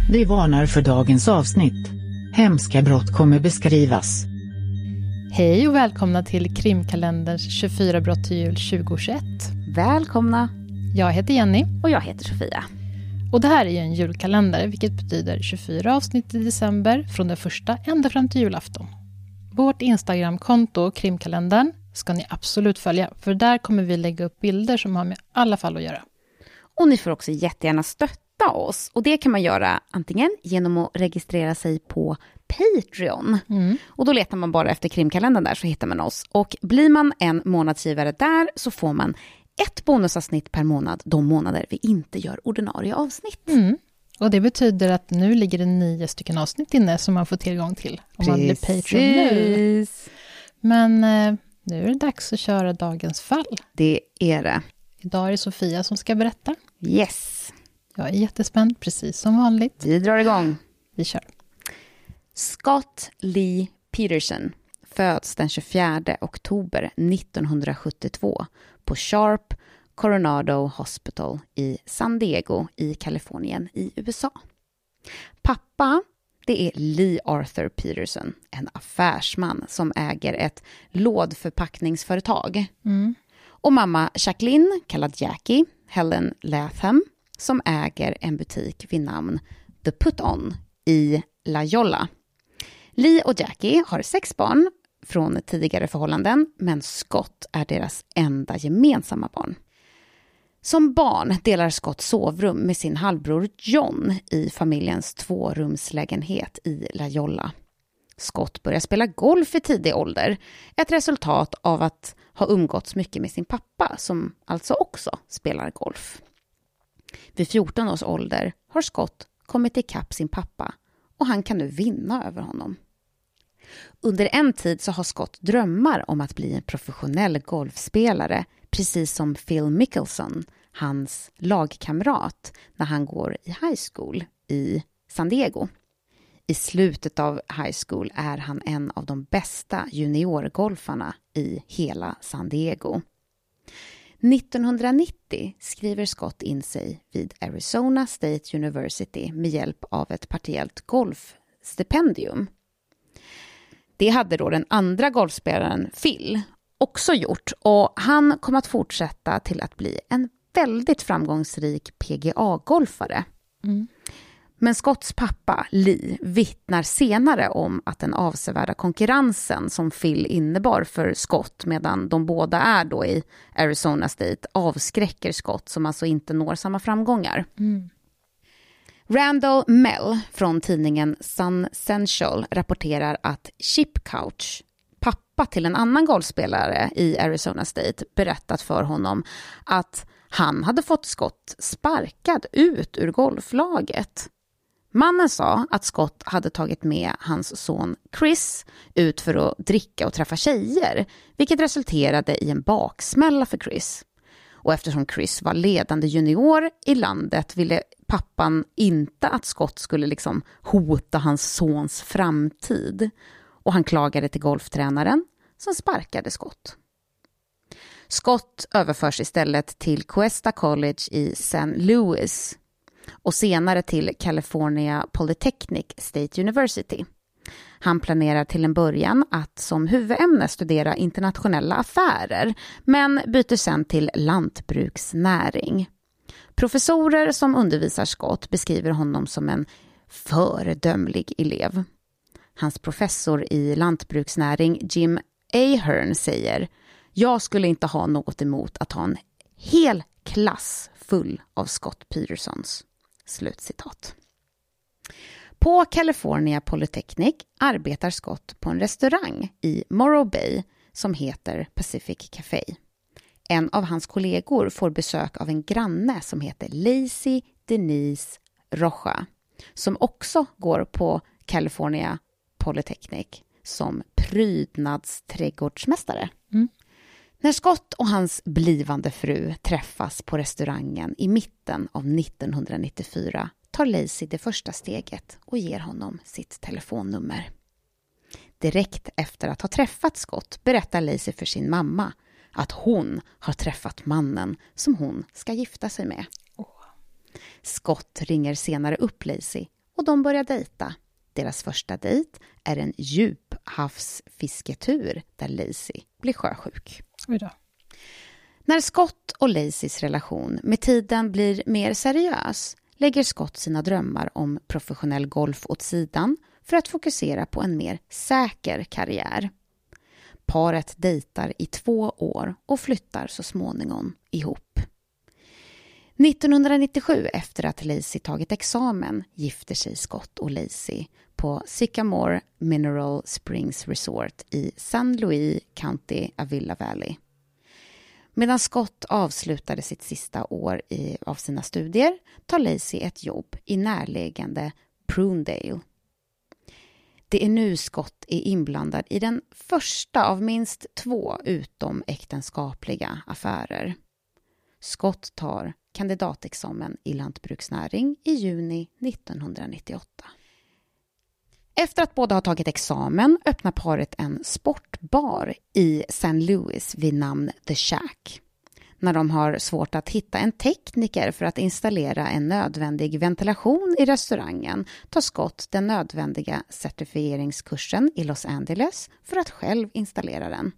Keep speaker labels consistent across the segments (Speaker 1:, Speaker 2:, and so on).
Speaker 1: Vi varnar för dagens avsnitt. Hemska brott kommer beskrivas.
Speaker 2: Hej och välkomna till Krimkalenderns 24 brott till jul 2021.
Speaker 3: Välkomna!
Speaker 2: Jag heter Jenny.
Speaker 3: Och jag heter Sofia.
Speaker 2: Och det här är ju en julkalender, vilket betyder 24 avsnitt i december från den första ända fram till julafton. Vårt Instagram-konto, Krimkalendern, ska ni absolut följa, för där kommer vi lägga upp bilder som har med alla fall att göra.
Speaker 3: Och ni får också jättegärna stötta oss. Och det kan man göra antingen genom att registrera sig på Patreon. Och då letar man bara efter Krimkalendern där, så hittar man oss. Och blir man en månadsgivare där så får man ett bonusavsnitt per månad de månader vi inte gör ordinarie avsnitt.
Speaker 2: Och det betyder att nu ligger det 9 stycken avsnitt inne som man får tillgång till om man blir Patreon nu. Men nu är det dags att köra dagens fall.
Speaker 3: Det är det.
Speaker 2: Idag är det Sofia som ska berätta.
Speaker 3: Yes.
Speaker 2: Jag är jättespänd, precis som vanligt.
Speaker 3: Vi drar igång.
Speaker 2: Vi kör.
Speaker 3: Scott Lee Peterson föds den 24 oktober 1972 på Sharp Coronado Hospital i San Diego i Kalifornien i USA. Pappa, det är Lee Arthur Peterson, en affärsman som äger ett lådförpackningsföretag. Och mamma Jacqueline, kallad Jackie, Helen Latham, som äger en butik vid namn The Put On i La Jolla. Lee och Jackie har 6 barn från tidigare förhållanden, men Scott är deras enda gemensamma barn. Som barn delar Scott sovrum med sin halvbror John i familjens 2-rumslägenhet i La Jolla. Scott börjar spela golf i tidig ålder, ett resultat av att ha umgåtts mycket med sin pappa som alltså också spelar golf. Vid 14 års ålder har Scott kommit ikapp sin pappa och han kan nu vinna över honom. Under en tid så har Scott drömmar om att bli en professionell golfspelare, precis som Phil Mickelson, hans lagkamrat, när han går i high school i San Diego. I slutet av high school är han en av de bästa juniorgolfarna i hela San Diego. 1990 skriver Scott in sig vid Arizona State University med hjälp av ett partiellt golfstipendium. Det hade då den andra golfspelaren Phil också gjort, och han kom att fortsätta till att bli en väldigt framgångsrik PGA-golfare. Men Scotts pappa Lee vittnar senare om att den avsevärda konkurrensen som Phil innebar för Scott medan de båda är då i Arizona State avskräcker Scott, som alltså inte når samma framgångar. Randall Mell från tidningen Sun Central rapporterar att Chip Couch, pappa till en annan golfspelare i Arizona State, berättat för honom att han hade fått Scott sparkad ut ur golflaget. Mannen sa att Scott hade tagit med hans son Chris ut för att dricka och träffa tjejer, vilket resulterade i en baksmälla för Chris. Och eftersom Chris var ledande junior i landet ville pappan inte att Scott skulle liksom hota hans sons framtid. Och han klagade till golftränaren som sparkade Scott. Scott överförs istället till Cuesta College i St. Louis och senare till California Polytechnic State University. Han planerar till en början att som huvudämne studera internationella affärer, men byter sen till lantbruksnäring. Professorer som undervisar Scott beskriver honom som en föredömlig elev. Hans professor i lantbruksnäring Jim Ahern säger: "Jag skulle inte ha något emot att ha en hel klass full av Scott Petersons." Slutcitat. På California Polytechnic arbetar Scott på en restaurang i Morro Bay som heter Pacific Café. En av hans kollegor får besök av en granne som heter Lacey Denise Rocha, som också går på California Polytechnic som prydnadsträdgårdsmästare. När Scott och hans blivande fru träffas på restaurangen i mitten av 1994 tar Lacey det första steget och ger honom sitt telefonnummer. Direkt efter att ha träffat Scott berättar Lacey för sin mamma att hon har träffat mannen som hon ska gifta sig med. Scott ringer senare upp Lacey och de börjar dejta. Deras första dejt är en djuphavsfisketur där Lacey blir sjösjuk.
Speaker 2: Oj då.
Speaker 3: När Scott och Laceys relation med tiden blir mer seriös lägger Scott sina drömmar om professionell golf åt sidan för att fokusera på en mer säker karriär. Paret dejtar i 2 år och flyttar så småningom ihop. 1997, efter att Lacey tagit examen, gifter sig Scott och Lacey på Sycamore Mineral Springs Resort i San Luis County, Avila Valley. Medan Scott avslutade sitt sista år av sina studier tar Lacey ett jobb i närliggande Prunedale. Det är nu Scott är inblandad i den första av minst 2 utomäktenskapliga affärer. Scott tar kandidatexamen i lantbruksnäring i juni 1998. Efter att båda har tagit examen öppnar paret en sportbar i St. Louis vid namn The Shack. När de har svårt att hitta en tekniker för att installera en nödvändig ventilation i restaurangen tar Scott den nödvändiga certifieringskursen i Los Angeles för att själv installera den.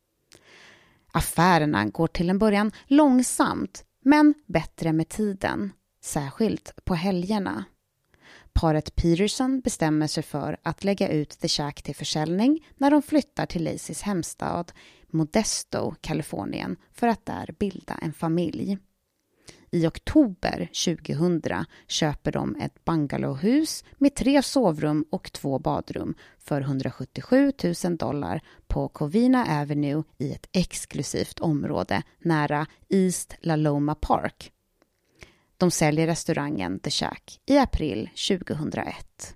Speaker 3: Affärerna går till en början långsamt, men bättre med tiden, särskilt på helgerna. Paret Peterson bestämmer sig för att lägga ut The Shack till försäljning när de flyttar till Laceys hemstad Modesto, Kalifornien, för att där bilda en familj. I oktober 2000 köper de ett bungalowhus med 3 sovrum och 2 badrum för $177,000 på Covina Avenue i ett exklusivt område nära East La Loma Park. De säljer restaurangen The Shack i april 2001.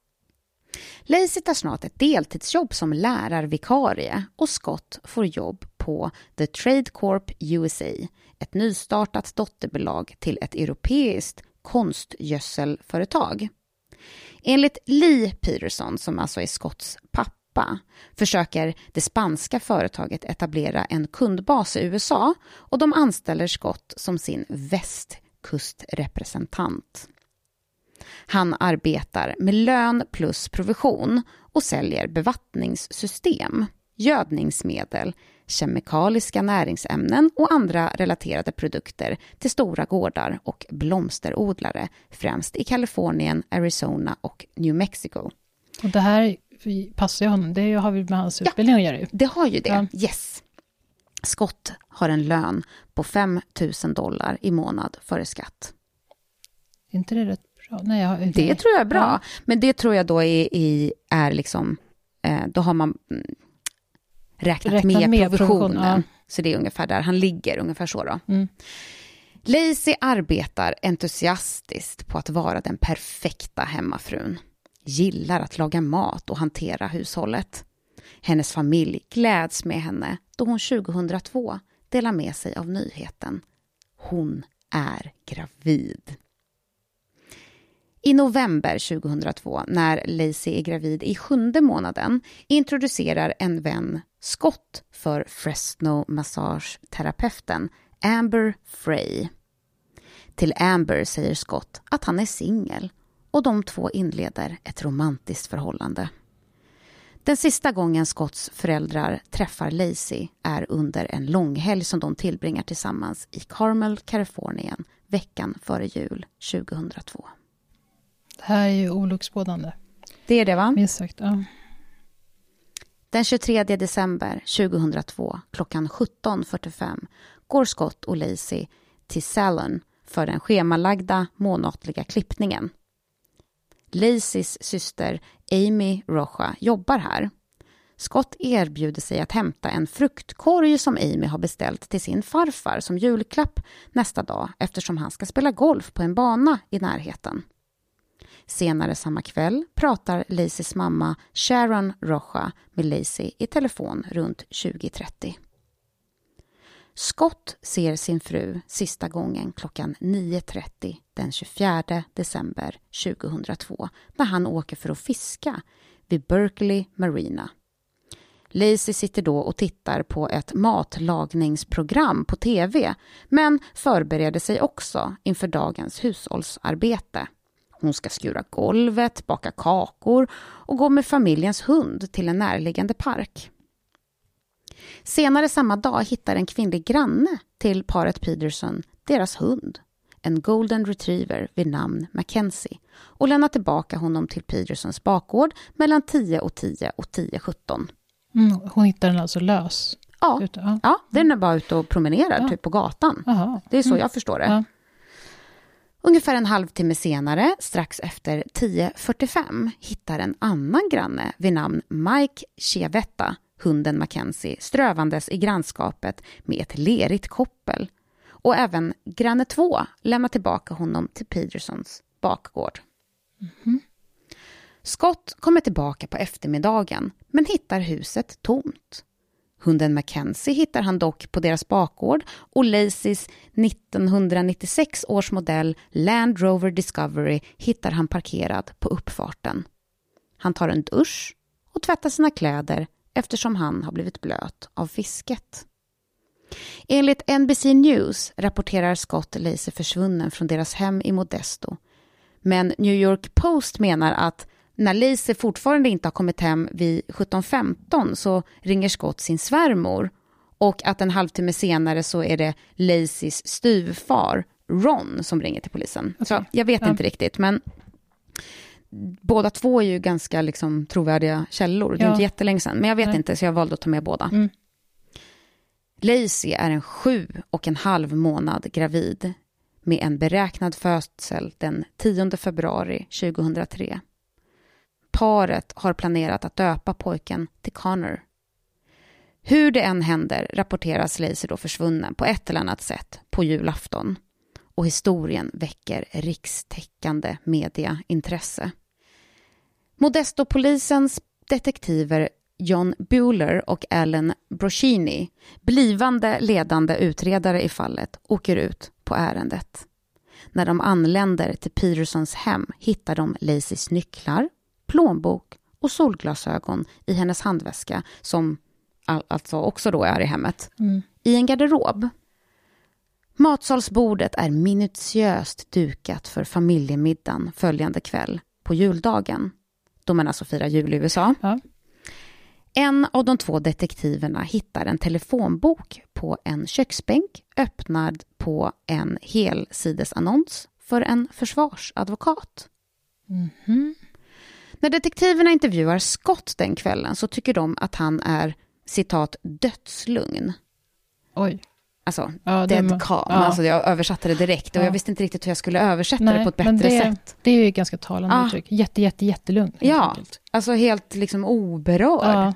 Speaker 3: Lacey tar snart ett deltidsjobb som lärarvikarie och Scott får jobb på The Trade Corp USA, ett nystartat dotterbolag till ett europeiskt konstgödselföretag. Enligt Lee Peterson, som alltså är Scotts pappa, försöker det spanska företaget etablera en kundbas i USA och de anställer Scott som sin västkustrepresentant. Han arbetar med lön plus provision och säljer bevattningssystem, gödningsmedel, kemikaliska näringsämnen och andra relaterade produkter till stora gårdar och blomsterodlare, främst i Kalifornien, Arizona och New Mexico.
Speaker 2: Och det här passar ju honom, det har vi med hans utbildning att göra ju.
Speaker 3: Det har ju det, yes. Scott har en lön på $5,000 i månad före skatt.
Speaker 2: Är inte det rätt bra? Nej,
Speaker 3: det tror jag är bra. Ja. Men det tror jag då är liksom, då har man räknat med provisionen. Ja. Så det är ungefär där han ligger, ungefär så då. Mm. Lacey arbetar entusiastiskt på att vara den perfekta hemmafrun. Gillar att laga mat och hantera hushållet. Hennes familj gläds med henne då hon 2002 delar med sig av nyheten. Hon är gravid. I november 2002, när Lacey är gravid i 7:e månaden, introducerar en vän Scott för Fresno massageterapeuten Amber Frey. Till Amber säger Scott att han är singel och de 2 inleder ett romantiskt förhållande. Den sista gången Scotts föräldrar träffar Lacey är under en långhelg som de tillbringar tillsammans i Carmel, Kalifornien, veckan före jul 2002.
Speaker 2: Det här är ju olycksbådande.
Speaker 3: Det är det, va?
Speaker 2: Minst sagt, ja.
Speaker 3: Den 23 december 2002 klockan 17:45 går Scott och Lacey till salon för den schemalagda månatliga klippningen. Laceys syster Amy Rocha jobbar här. Scott erbjuder sig att hämta en fruktkorg som Amy har beställt till sin farfar som julklapp nästa dag eftersom han ska spela golf på en bana i närheten. Senare samma kväll pratar Laceys mamma Sharon Rocha med Lacey i telefon runt 20:30. Scott ser sin fru sista gången klockan 9:30 den 24 december 2002 när han åker för att fiska vid Berkeley Marina. Lacey sitter då och tittar på ett matlagningsprogram på tv men förbereder sig också inför dagens hushållsarbete. Hon ska skura golvet, baka kakor och gå med familjens hund till en närliggande park. Senare samma dag hittar en kvinnlig granne till paret Peterson deras hund, en golden retriever vid namn Mackenzie, och lämnar tillbaka honom till Petersons bakgård mellan 10:10 och 10:17.
Speaker 2: Hon hittar den alltså lös?
Speaker 3: Ja, den är bara ute och promenerar typ på gatan.
Speaker 2: Aha.
Speaker 3: Det är så jag förstår det.
Speaker 2: Ja.
Speaker 3: Ungefär en halvtimme senare, strax efter 10:45, hittar en annan granne vid namn Mike Chiavetta hunden Mackenzie strövandes i grannskapet med ett lerigt koppel. Och även granne 2 lämnar tillbaka honom till Petersons bakgård. Scott kommer tillbaka på eftermiddagen men hittar huset tomt. Hunden Mackenzie hittar han dock på deras bakgård och Lacys 1996 års modell Land Rover Discovery hittar han parkerad på uppfarten. Han tar en dusch och tvättar sina kläder eftersom han har blivit blöt av fisket. Enligt NBC News rapporterar Scott Lacey försvunnen från deras hem i Modesto. Men New York Post menar att när Lacey fortfarande inte har kommit hem vid 17:15 så ringer Scott sin svärmor, och att en halvtimme senare så är det Lacys styvfar Ron som ringer till polisen. Okay. Så jag vet inte riktigt, men båda två är ju ganska liksom trovärdiga källor. Det är inte jättelänge sedan, men jag vet inte, så jag valde att ta med båda. Lacey är en 7,5 månad gravid med en beräknad födsel den 10 februari 2003. Paret har planerat att döpa pojken till Connor. Hur det än händer rapporteras Lacey då försvunnen på ett eller annat sätt på julafton. Och historien väcker rikstäckande mediaintresse. Modesto-polisens detektiver John Bueller och Alan Broschini, blivande ledande utredare i fallet, åker ut på ärendet. När de anländer till Petersons hem hittar de Lacys nycklar, plånbok och solglasögon i hennes handväska som alltså också då är i hemmet, i en garderob. Matsalsbordet är minutiöst dukat för familjemiddagen följande kväll på juldagen. De är alltså firar jul i USA. Ja. En av de 2 detektiverna hittar en telefonbok på en köksbänk öppnad på en helsidesannons för en försvarsadvokat. När detektiverna intervjuar Scott den kvällen så tycker de att han är, citat, dödslugn.
Speaker 2: Oj.
Speaker 3: Alltså, dead calm. Alltså, jag översatte det direkt och jag visste inte riktigt hur jag skulle översätta det på ett bättre sätt.
Speaker 2: Det är ju ganska talande uttryck. Jättelugn.
Speaker 3: Ja, alltså helt liksom oberörd.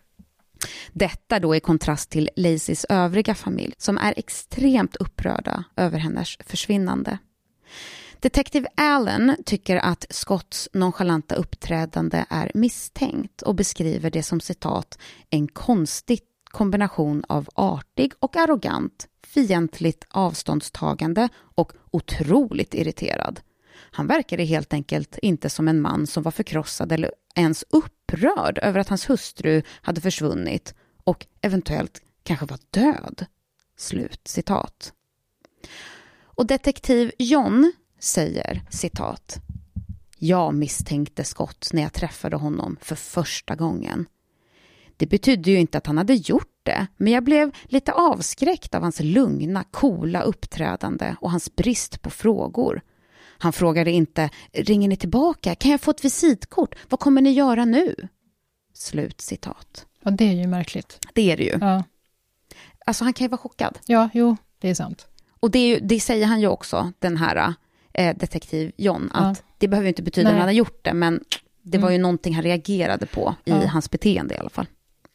Speaker 3: Detta då i kontrast till Lacys övriga familj som är extremt upprörda över hennes försvinnande. Detektiv Allen tycker att Scotts nonchalanta uppträdande är misstänkt och beskriver det som, citat, en konstig kombination av artig och arrogant, fientligt avståndstagande och otroligt irriterad. Han verkade helt enkelt inte som en man som var förkrossad eller ens upprörd över att hans hustru hade försvunnit och eventuellt kanske var död. Slut citat. Och detektiv John säger, citat, jag misstänkte Scott när jag träffade honom för första gången. Det betydde ju inte att han hade gjort det, men jag blev lite avskräckt av hans lugna, coola uppträdande och hans brist på frågor. Han frågade inte, ringer ni tillbaka? Kan jag få ett visitkort? Vad kommer ni göra nu? Slut citat.
Speaker 2: Ja, det är ju märkligt.
Speaker 3: Det är det ju.
Speaker 2: Ja.
Speaker 3: Alltså han kan ju vara chockad.
Speaker 2: Ja, jo, det är sant.
Speaker 3: Och det säger han ju också, den här detektiv John, att det behöver inte betyda att han hade gjort det, men det var ju någonting han reagerade på i hans beteende i alla fall.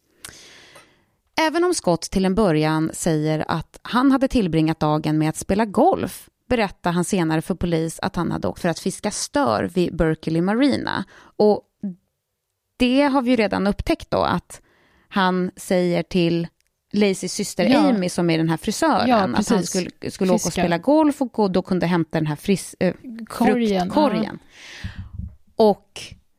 Speaker 3: Även om Scott till en början säger att han hade tillbringat dagen med att spela golf, berättar han senare för polis att han hade åkt för att fiska stör vid Berkeley Marina. Och det har vi ju redan upptäckt då, att han säger till Lacys syster Amy, som är den här frisören, att han skulle åka och spela golf och då kunde hämta den här fruktkorgen. Och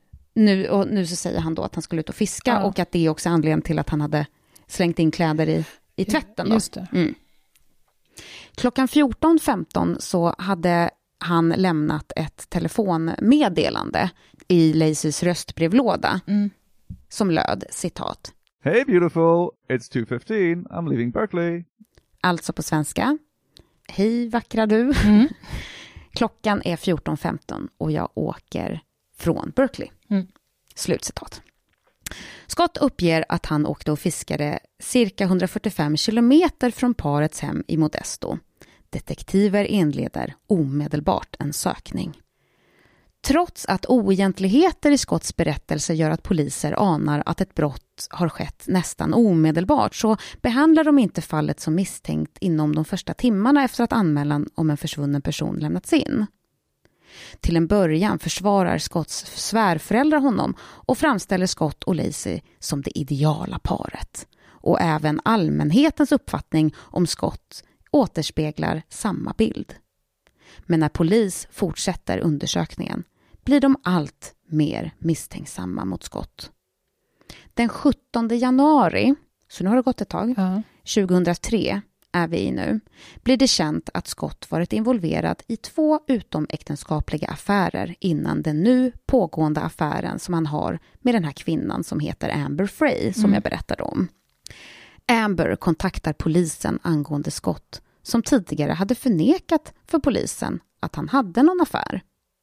Speaker 3: nu så säger han då att han skulle ut och fiska och att det är också anledningen till att han hade slängt in kläder i tvätten. Då.
Speaker 2: Just det.
Speaker 3: Klockan 14:15 så hade han lämnat ett telefonmeddelande i Lacys röstbrevlåda som löd, citat:
Speaker 4: Hey beautiful, it's 2:15, I'm leaving Berkeley.
Speaker 3: Alltså på svenska: hej vackra du. Klockan är 14:15 och jag åker från Berkeley. Slutcitat. Scott uppger att han åkte och fiskade cirka 145 kilometer från parets hem i Modesto. Detektiver inleder omedelbart en sökning. Trots att oegentligheter i Scotts berättelse gör att poliser anar att ett brott har skett nästan omedelbart, så behandlar de inte fallet som misstänkt inom de första timmarna efter att anmälan om en försvunnen person lämnats in. Till en början försvarar Scotts svärföräldrar honom och framställer Scott och Lacy som det ideala paret. Och även allmänhetens uppfattning om Scott återspeglar samma bild. Men när polis fortsätter undersökningen blir de allt mer misstänksamma mot Scott. Den 17 januari, så nu har det gått ett tag, 2003 är vi i nu, blir det känt att Scott varit involverad i 2 utomäktenskapliga affärer innan den nu pågående affären som han har med den här kvinnan som heter Amber Frey, som jag berättade om. Amber kontaktar polisen angående Scott, som tidigare hade förnekat för polisen att han hade någon affär.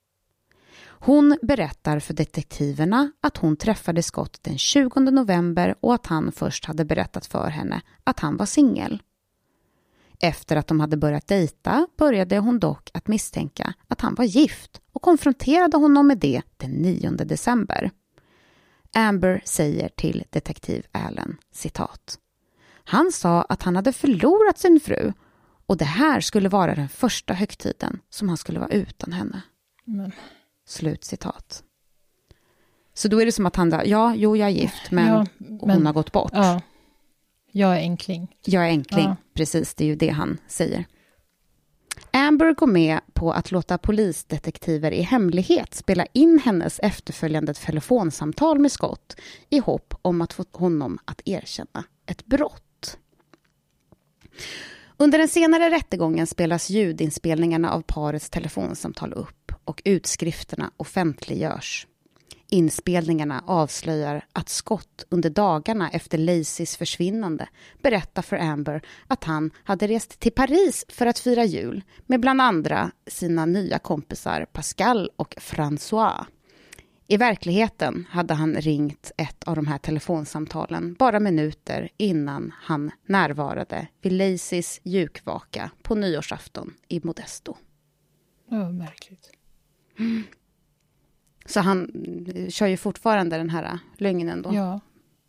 Speaker 3: Hon berättar för detektiverna att hon träffade Scott den 20 november och att han först hade berättat för henne att han var singel. Efter att de hade börjat dejta började hon dock att misstänka att han var gift och konfronterade honom med det den 9 december. Amber säger till detektiv Allen, citat: han sa att han hade förlorat sin fru och det här skulle vara den första högtiden som han skulle vara utan henne. Slutcitat. Så då är det som att han jag är gift, men hon har gått bort.
Speaker 2: Ja. Jag är enkling.
Speaker 3: Ja. Precis, det är ju det han säger. Amber går med på att låta polisdetektiver i hemlighet spela in hennes efterföljande telefonsamtal med Scott i hopp om att få honom att erkänna ett brott. Under den senare rättegången spelas ljudinspelningarna av parets telefonsamtal upp och utskrifterna offentliggörs. Inspelningarna avslöjar att Scott under dagarna efter Lacys försvinnande berättar för Amber att han hade rest till Paris för att fira jul med bland andra sina nya kompisar Pascal och François. I verkligheten hade han ringt ett av de här telefonsamtalen bara minuter innan han närvarade vid Lacys julvaka på nyårsafton i Modesto.
Speaker 2: Ja, märkligt.
Speaker 3: Så han kör ju fortfarande den här lögnen då.
Speaker 2: Ja.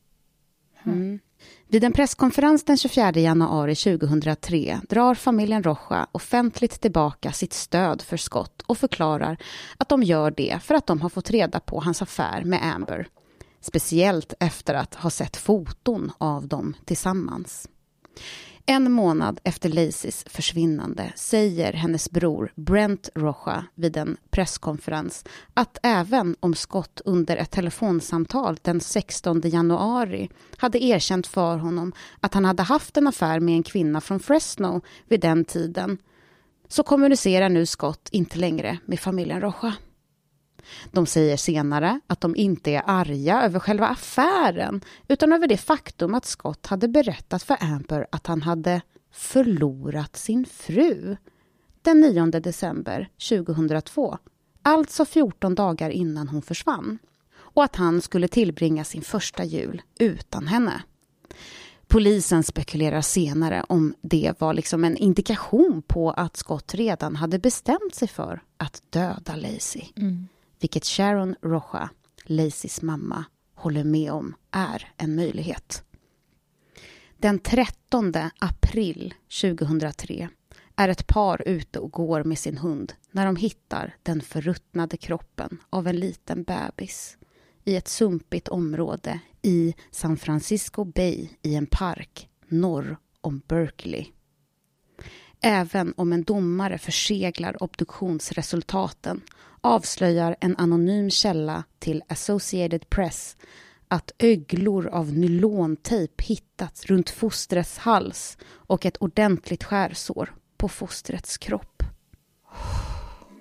Speaker 3: Vid en presskonferens den 24 januari 2003 drar familjen Rocha offentligt tillbaka sitt stöd för Scott och förklarar att de gör det för att de har fått reda på hans affär med Amber. Speciellt efter att ha sett foton av dem tillsammans. En månad efter Lacys försvinnande säger hennes bror Brent Rocha vid en presskonferens att även om Scott under ett telefonsamtal den 16 januari hade erkänt för honom att han hade haft en affär med en kvinna från Fresno vid den tiden, så kommunicerar nu Scott inte längre med familjen Rocha. De säger senare att de inte är arga över själva affären utan över det faktum att Scott hade berättat för Amber att han hade förlorat sin fru den 9 december 2002, alltså 14 dagar innan hon försvann, och att han skulle tillbringa sin första jul utan henne. Polisen spekulerar senare om det var liksom en indikation på att Scott redan hade bestämt sig för att döda Lacy. Vilket Sharon Rocha, Lacys mamma, håller med om är en möjlighet. Den 13 april 2003 är ett par ute och går med sin hund när de hittar den förruttnade kroppen av en liten bebis i ett sumpigt område i San Francisco Bay i en park norr om Berkeley. Även om en domare förseglar obduktionsresultaten avslöjar en anonym källa till Associated Press att öglor av nylontejp hittats runt fostrets hals och ett ordentligt skärsår på fostrets kropp.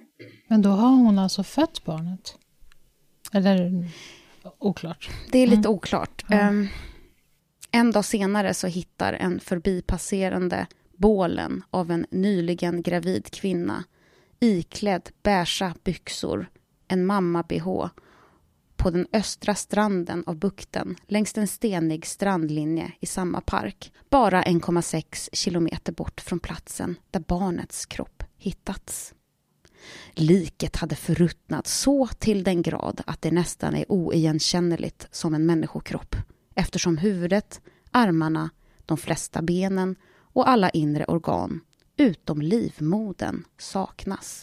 Speaker 2: Men då har hon alltså fött barnet? Eller oklart?
Speaker 3: Det är lite oklart. En dag senare så hittar en förbipasserande bålen av en nyligen gravid kvinna iklädd beiga byxor, en mamma-BH på den östra stranden av bukten längs en stenig strandlinje i samma park, bara 1,6 kilometer bort från platsen där barnets kropp hittats. Liket hade förruttnat så till den grad att det nästan är oigenkännligt som en människokropp, eftersom huvudet, armarna, de flesta benen och alla inre organ, utom livmodern, saknas.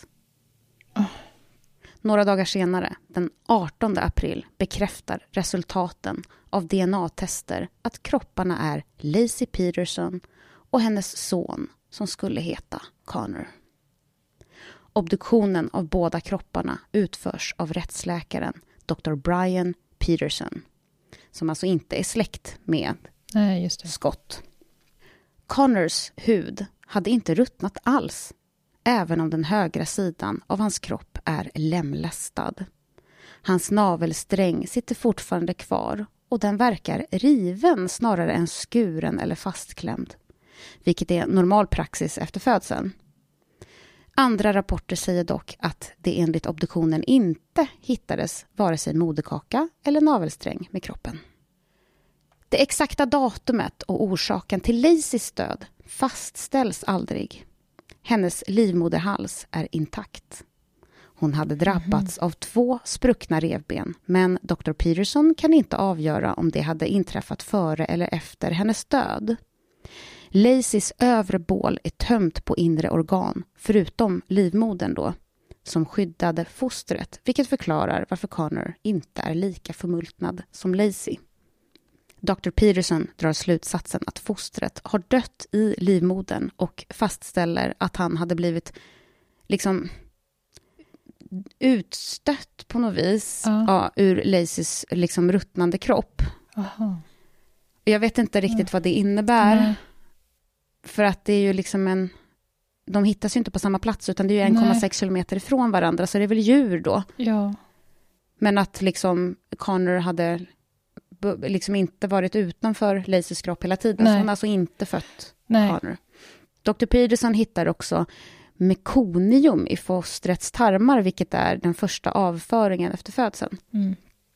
Speaker 3: Några dagar senare, den 18 april, bekräftar resultaten av DNA-tester att kropparna är Laci Peterson och hennes son som skulle heta Connor. Obduktionen av båda kropparna utförs av rättsläkaren Dr. Brian Peterson, som alltså inte är släkt med Scott. Connors hud hade inte ruttnat alls, även om den högra sidan av hans kropp är lemlästad. Hans navelsträng sitter fortfarande kvar och den verkar riven snarare än skuren eller fastklämd, vilket är normal praxis efter födseln. Andra rapporter säger dock att det enligt obduktionen inte hittades vare sig moderkaka eller navelsträng med kroppen. Det exakta datumet och orsaken till Lacis död fastställs aldrig. Hennes livmoderhals är intakt. Hon hade drabbats av 2 spruckna revben, men Dr. Peterson kan inte avgöra om det hade inträffat före eller efter hennes död. Lacis övre bål är tömt på inre organ, förutom livmodern då, som skyddade fostret, vilket förklarar varför Connor inte är lika förmultnad som Laci. Dr. Peterson drar slutsatsen att fostret har dött i livmodern och fastställer att han hade blivit liksom utstött på något vis ur Lacis liksom ruttnande kropp.
Speaker 2: Aha.
Speaker 3: Jag vet inte riktigt vad det innebär. Nej. För att det är ju liksom de hittas ju inte på samma plats, utan det är ju 1,6 kilometer ifrån varandra, så det är väl djur då. Ja. Men att liksom Connor hade liksom inte varit utanför Lacis kropp hela tiden. Nej. Så hon har alltså inte fött Connor. Dr. Peterson hittar också mekonium i fostrets tarmar, vilket är den första avföringen efter födseln. Mm.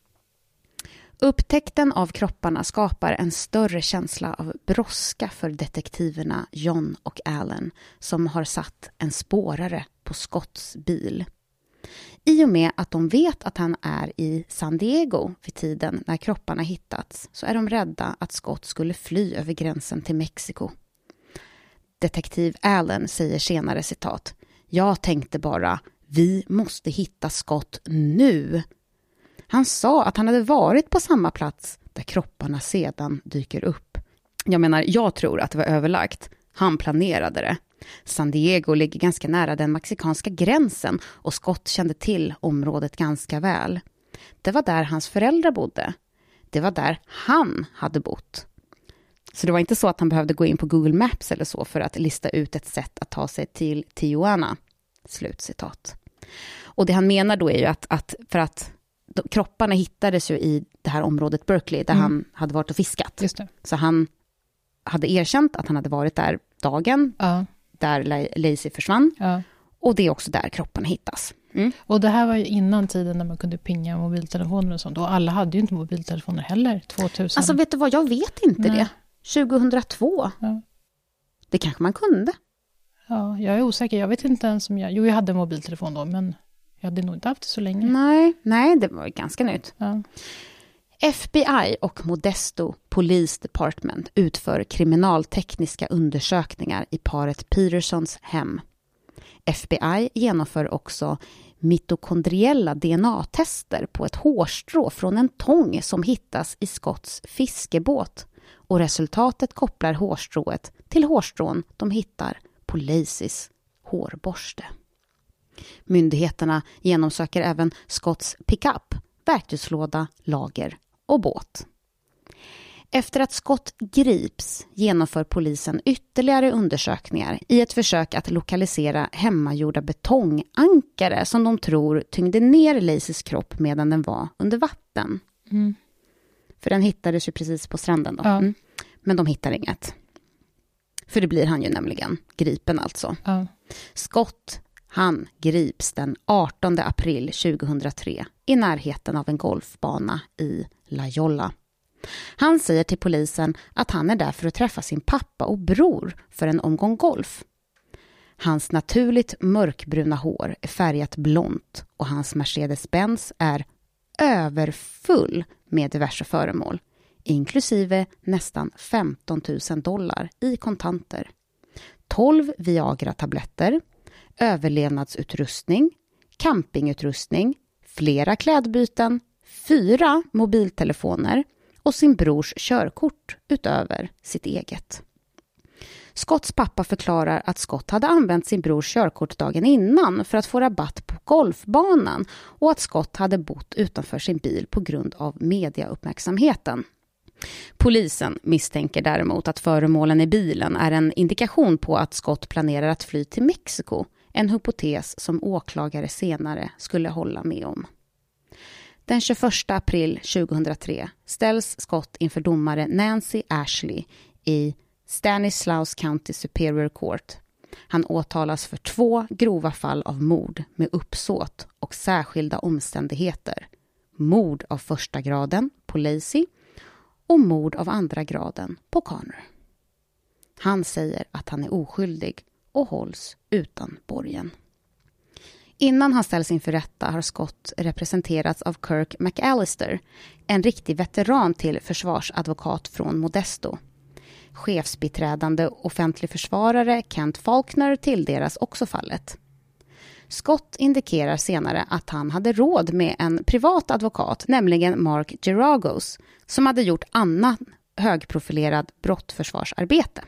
Speaker 3: Upptäckten av kropparna skapar en större känsla av brådska för detektiverna John och Alan, som har satt en spårare på Scotts bil. I och med att de vet att han är i San Diego vid tiden när kropparna hittats, så är de rädda att Scott skulle fly över gränsen till Mexiko. Detektiv Allen säger senare citat: "Jag tänkte bara, vi måste hitta Scott nu." Han sa att han hade varit på samma plats där kropparna sedan dyker upp. Jag tror att det var överlagt. Han planerade det. San Diego ligger ganska nära den mexikanska gränsen och Scott kände till området ganska väl. Det var där hans föräldrar bodde. Det var där han hade bott. Så det var inte så att han behövde gå in på Google Maps eller så för att lista ut ett sätt att ta sig till Tijuana. Slutcitat. Och det han menar då är ju att för att kropparna hittades ju i det här området Berkeley där han hade varit och fiskat.
Speaker 2: Just det.
Speaker 3: Så han hade erkänt att han hade varit där dagen där Laci försvann. Ja. Och det är också där kropparna hittas. Mm.
Speaker 2: Och det här var ju innan tiden när man kunde pinga mobiltelefoner och sånt. Och alla hade ju inte mobiltelefoner heller, 2000.
Speaker 3: Alltså vet du vad, jag vet inte det. 2002. Ja. Det kanske man kunde.
Speaker 2: Ja, jag är osäker. Jag vet inte ens om jag hade mobiltelefon då, men jag hade nog inte haft det så länge.
Speaker 3: Nej, det var ganska nytt. Ja. FBI och Modesto Police Department utför kriminaltekniska undersökningar i paret Petersons hem. FBI genomför också mitokondriella DNA-tester på ett hårstrå från en tång som hittas i Scotts fiskebåt. Och resultatet kopplar hårstrået till hårstrån de hittar på Lacis hårborste. Myndigheterna genomsöker även Scotts pickup, verktygslåda, lager och båt. Efter att Scott grips genomför polisen ytterligare undersökningar i ett försök att lokalisera hemmagjorda betongankare som de tror tyngde ner Lacys kropp medan den var under vatten.
Speaker 2: Mm.
Speaker 3: För den hittades ju precis på stranden då.
Speaker 2: Ja.
Speaker 3: Mm. Men de hittar inget. För det blir han ju nämligen, gripen alltså.
Speaker 2: Ja.
Speaker 3: Scott, han grips den 18 april 2003 i närheten av en golfbana i La Jolla. Han säger till polisen att han är där för att träffa sin pappa och bror för en omgång golf. Hans naturligt mörkbruna hår är färgat blont och hans Mercedes-Benz är överfull med diverse föremål, inklusive nästan $15,000 i kontanter. 12 Viagra-tabletter, överlevnadsutrustning, campingutrustning, flera klädbyten, 4 mobiltelefoner och sin brors körkort utöver sitt eget. Scotts pappa förklarar att Scott hade använt sin brors körkort dagen innan för att få rabatt på golfbanan och att Scott hade bott utanför sin bil på grund av mediauppmärksamheten. Polisen misstänker däremot att föremålen i bilen är en indikation på att Scott planerar att fly till Mexiko, en hypotes som åklagare senare skulle hålla med om. Den 21 april 2003 ställs Scott inför domare Nancy Ashley i Stanislaus County Superior Court. Han åtalas för 2 grova fall av mord med uppsåt och särskilda omständigheter. Mord av första graden på Lacey och mord av andra graden på Connor. Han säger att han är oskyldig och hålls utan borgen. Innan han ställs inför rätta har Scott representerats av Kirk McAllister, en riktig veteran till försvarsadvokat från Modesto. Chefsbiträdande offentlig försvarare Kent Faulkner tilldelas också fallet. Scott indikerar senare att han hade råd med en privat advokat, nämligen Mark Geragos, som hade gjort annan högprofilerad brottförsvarsarbete.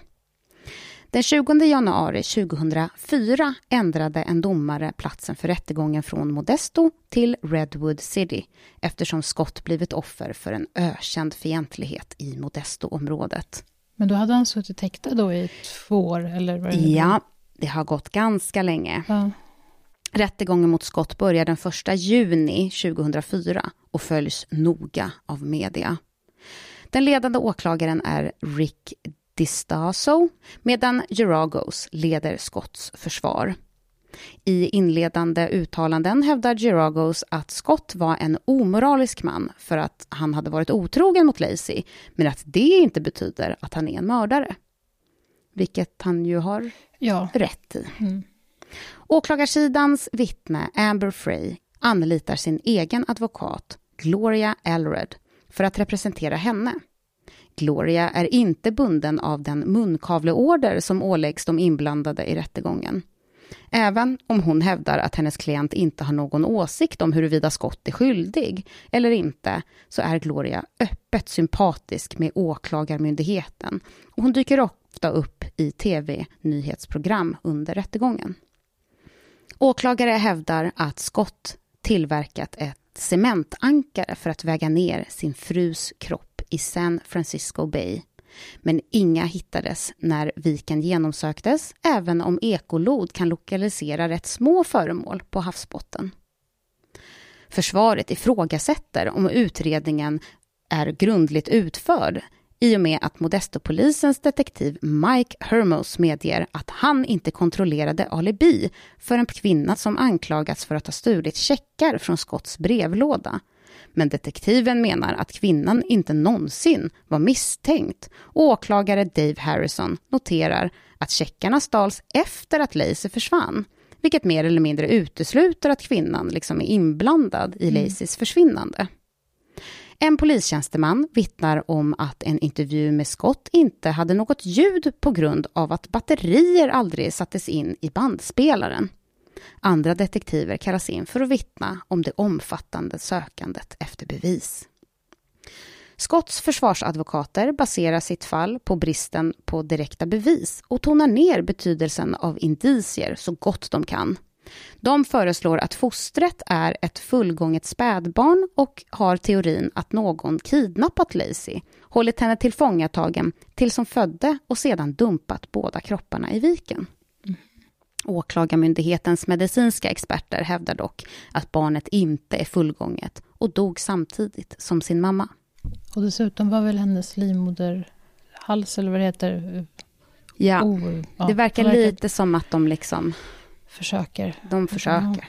Speaker 3: Den 20 januari 2004 ändrade en domare platsen för rättegången från Modesto till Redwood City eftersom Scott blivit offer för en ökänd fientlighet i Modesto-området.
Speaker 2: Men då hade han suttit häktad då i 2 år? Eller vad det
Speaker 3: Ja, det har gått ganska länge.
Speaker 2: Ja.
Speaker 3: Rättegången mot Scott börjar den 1 juni 2004 och följs noga av media. Den ledande åklagaren är Rick DiStaso, medan Geragos leder Scotts försvar. I inledande uttalanden hävdar Geragos att Scott var en omoralisk man för att han hade varit otrogen mot Lacey, men att det inte betyder att han är en mördare. Vilket han ju har rätt i.
Speaker 2: Mm.
Speaker 3: Åklagarsidans vittne Amber Frey anlitar sin egen advokat Gloria Allred för att representera henne. Gloria är inte bunden av den munkavleorder som åläggs de inblandade i rättegången. Även om hon hävdar att hennes klient inte har någon åsikt om huruvida Scott är skyldig eller inte, så är Gloria öppet sympatisk med åklagarmyndigheten och hon dyker ofta upp i tv-nyhetsprogram under rättegången. Åklagare hävdar att Scott tillverkat ett cementankare för att väga ner sin frus kropp i San Francisco Bay. Men inga hittades när viken genomsöktes, även om ekolod kan lokalisera rätt små föremål på havsbotten. Försvaret ifrågasätter om utredningen är grundligt utförd i och med att Modesto-polisens detektiv Mike Hermos medger att han inte kontrollerade alibi för en kvinna som anklagats för att ha stulit checkar från Scotts brevlåda. Men detektiven menar att kvinnan inte någonsin var misstänkt. Åklagare Dave Harrison noterar att checkarna stals efter att Lacey försvann, vilket mer eller mindre utesluter att kvinnan liksom är inblandad i Laceys försvinnande. En polistjänsteman vittnar om att en intervju med Scott inte hade något ljud på grund av att batterier aldrig sattes in i bandspelaren. Andra detektiver kallas in för att vittna om det omfattande sökandet efter bevis. Scotts försvarsadvokater baserar sitt fall på bristen på direkta bevis och tonar ner betydelsen av indicier så gott de kan. De föreslår att fostret är ett fullgånget spädbarn och har teorin att någon kidnappat Lacey, hållit henne tillfångatagen tills hon födde och sedan dumpat båda kropparna i viken. Åklagarmyndighetens medicinska experter hävdar dock att barnet inte är fullgånget och dog samtidigt som sin mamma.
Speaker 2: Och dessutom var väl hennes livmoderhals eller vad det heter?
Speaker 3: Ja, det verkar lite som att de liksom
Speaker 2: försöker.
Speaker 3: De försöker.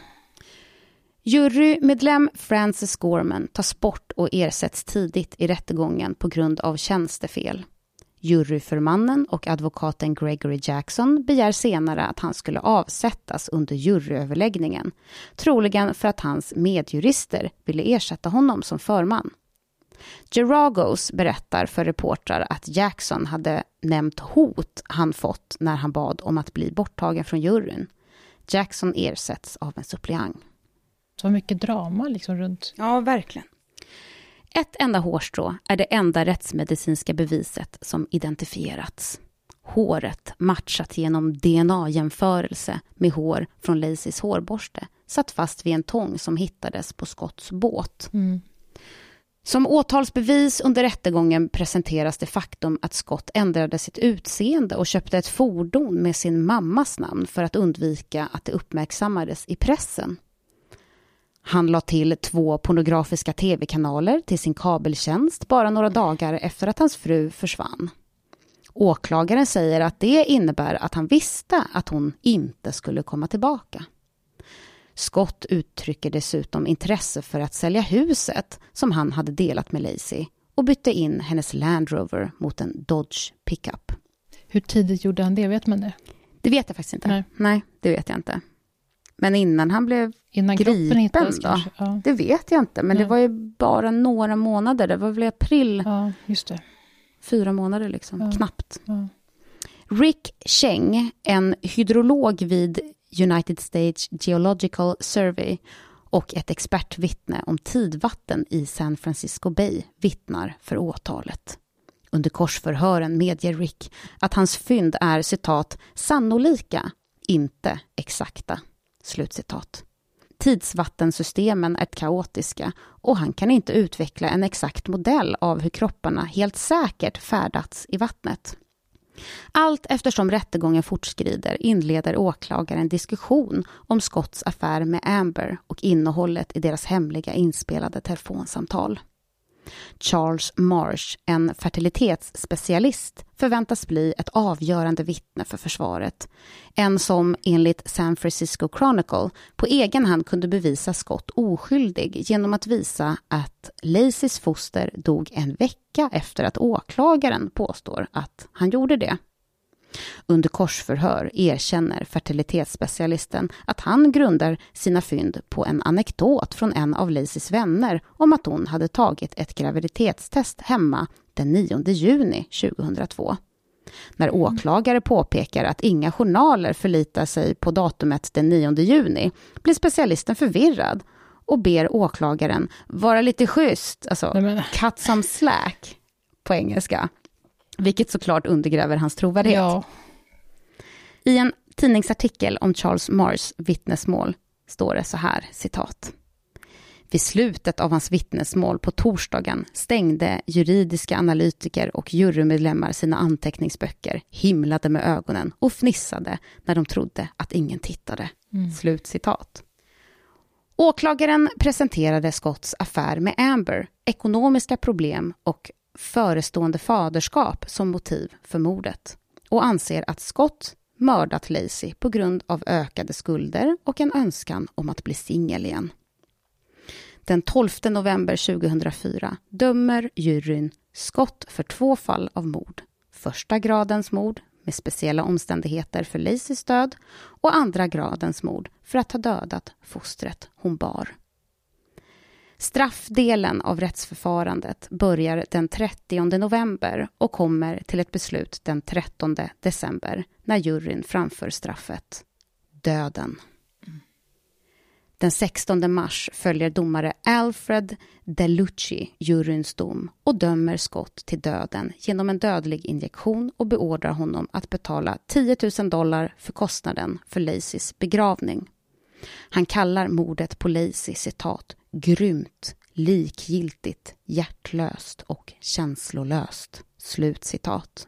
Speaker 3: Jurymedlem Francis Gorman tas bort och ersätts tidigt i rättegången på grund av tjänstefel. Juryförmannen och advokaten Gregory Jackson begär senare att han skulle avsättas under juryöverläggningen, troligen för att hans medjurister ville ersätta honom som förman. Geragos berättar för reportrar att Jackson hade nämnt hot han fått när han bad om att bli borttagen från juryn. Jackson ersätts av en suppleant.
Speaker 2: Så mycket drama liksom runt.
Speaker 3: Ja, verkligen. Ett enda hårstrå är det enda rättsmedicinska beviset som identifierats. Håret matchat genom DNA-jämförelse med hår från Lacys hårborste satt fast vid en tång som hittades på Scotts båt. Som åtalsbevis under rättegången presenteras det faktum att Scott ändrade sitt utseende och köpte ett fordon med sin mammas namn för att undvika att det uppmärksammades i pressen. Han la till 2 pornografiska tv-kanaler till sin kabeltjänst bara några dagar efter att hans fru försvann. Åklagaren säger att det innebär att han visste att hon inte skulle komma tillbaka. Scott uttrycker dessutom intresse för att sälja huset som han hade delat med Lacy och bytte in hennes Land Rover mot en Dodge pickup.
Speaker 2: Hur tidigt gjorde han det? Vet man det?
Speaker 3: Det vet jag faktiskt inte. Nej, det vet jag inte. Men innan han blev gripen hittades, då? Ja. Det vet jag inte. Men det var ju bara några månader. Det var väl i april.
Speaker 2: Ja, just det.
Speaker 3: 4 månader liksom, knappt. Ja. Rick Cheng, en hydrolog vid United States Geological Survey och ett expertvittne om tidvatten i San Francisco Bay, vittnar för åtalet. Under korsförhören medger Rick att hans fynd är, citat, sannolika, inte exakta. Slutcitat. Tidsvattensystemen är kaotiska och han kan inte utveckla en exakt modell av hur kropparna helt säkert färdats i vattnet. Allt eftersom rättegången fortskrider inleder åklagaren diskussion om Scotts affär med Amber och innehållet i deras hemliga inspelade telefonsamtal. Charles Marsh, en fertilitetsspecialist, förväntas bli ett avgörande vittne för försvaret. En som enligt San Francisco Chronicle på egen hand kunde bevisa Scott oskyldig genom att visa att Lacys foster dog en vecka efter att åklagaren påstår att han gjorde det. Under korsförhör erkänner fertilitetsspecialisten att han grundar sina fynd på en anekdot från en av Lacys vänner om att hon hade tagit ett graviditetstest hemma den 9 juni 2002. När åklagare påpekar att inga journaler förlitar sig på datumet den 9 juni blir specialisten förvirrad och ber åklagaren vara lite schysst, alltså cut some slack på engelska. Vilket såklart undergräver hans trovärdighet. Ja. I en tidningsartikel om Charles Marshs vittnesmål står det så här, citat. Vid slutet av hans vittnesmål på torsdagen stängde juridiska analytiker och jurymedlemmar sina anteckningsböcker, himlade med ögonen och fnissade när de trodde att ingen tittade. Slutcitat. Åklagaren presenterade Scotts affär med Amber, ekonomiska problem och förestående faderskap som motiv för mordet och anser att Scott mördat Lacy på grund av ökade skulder och en önskan om att bli singel igen. Den 12 november 2004 dömer juryn Scott för 2 fall av mord. Första gradens mord med speciella omständigheter för Lacys död och andra gradens mord för att ha dödat fostret hon bar. Straffdelen av rättsförfarandet börjar den 30 november och kommer till ett beslut den 13 december när juryn framför straffet. Döden. Den 16 mars följer domare Alfred DeLucci juryns dom och dömer Scott till döden genom en dödlig injektion och beordrar honom att betala $10,000 för kostnaden för Lacys begravning. Han kallar mordet på Lacy, citat, grymt, likgiltigt, hjärtlöst och känslolöst. Slutcitat.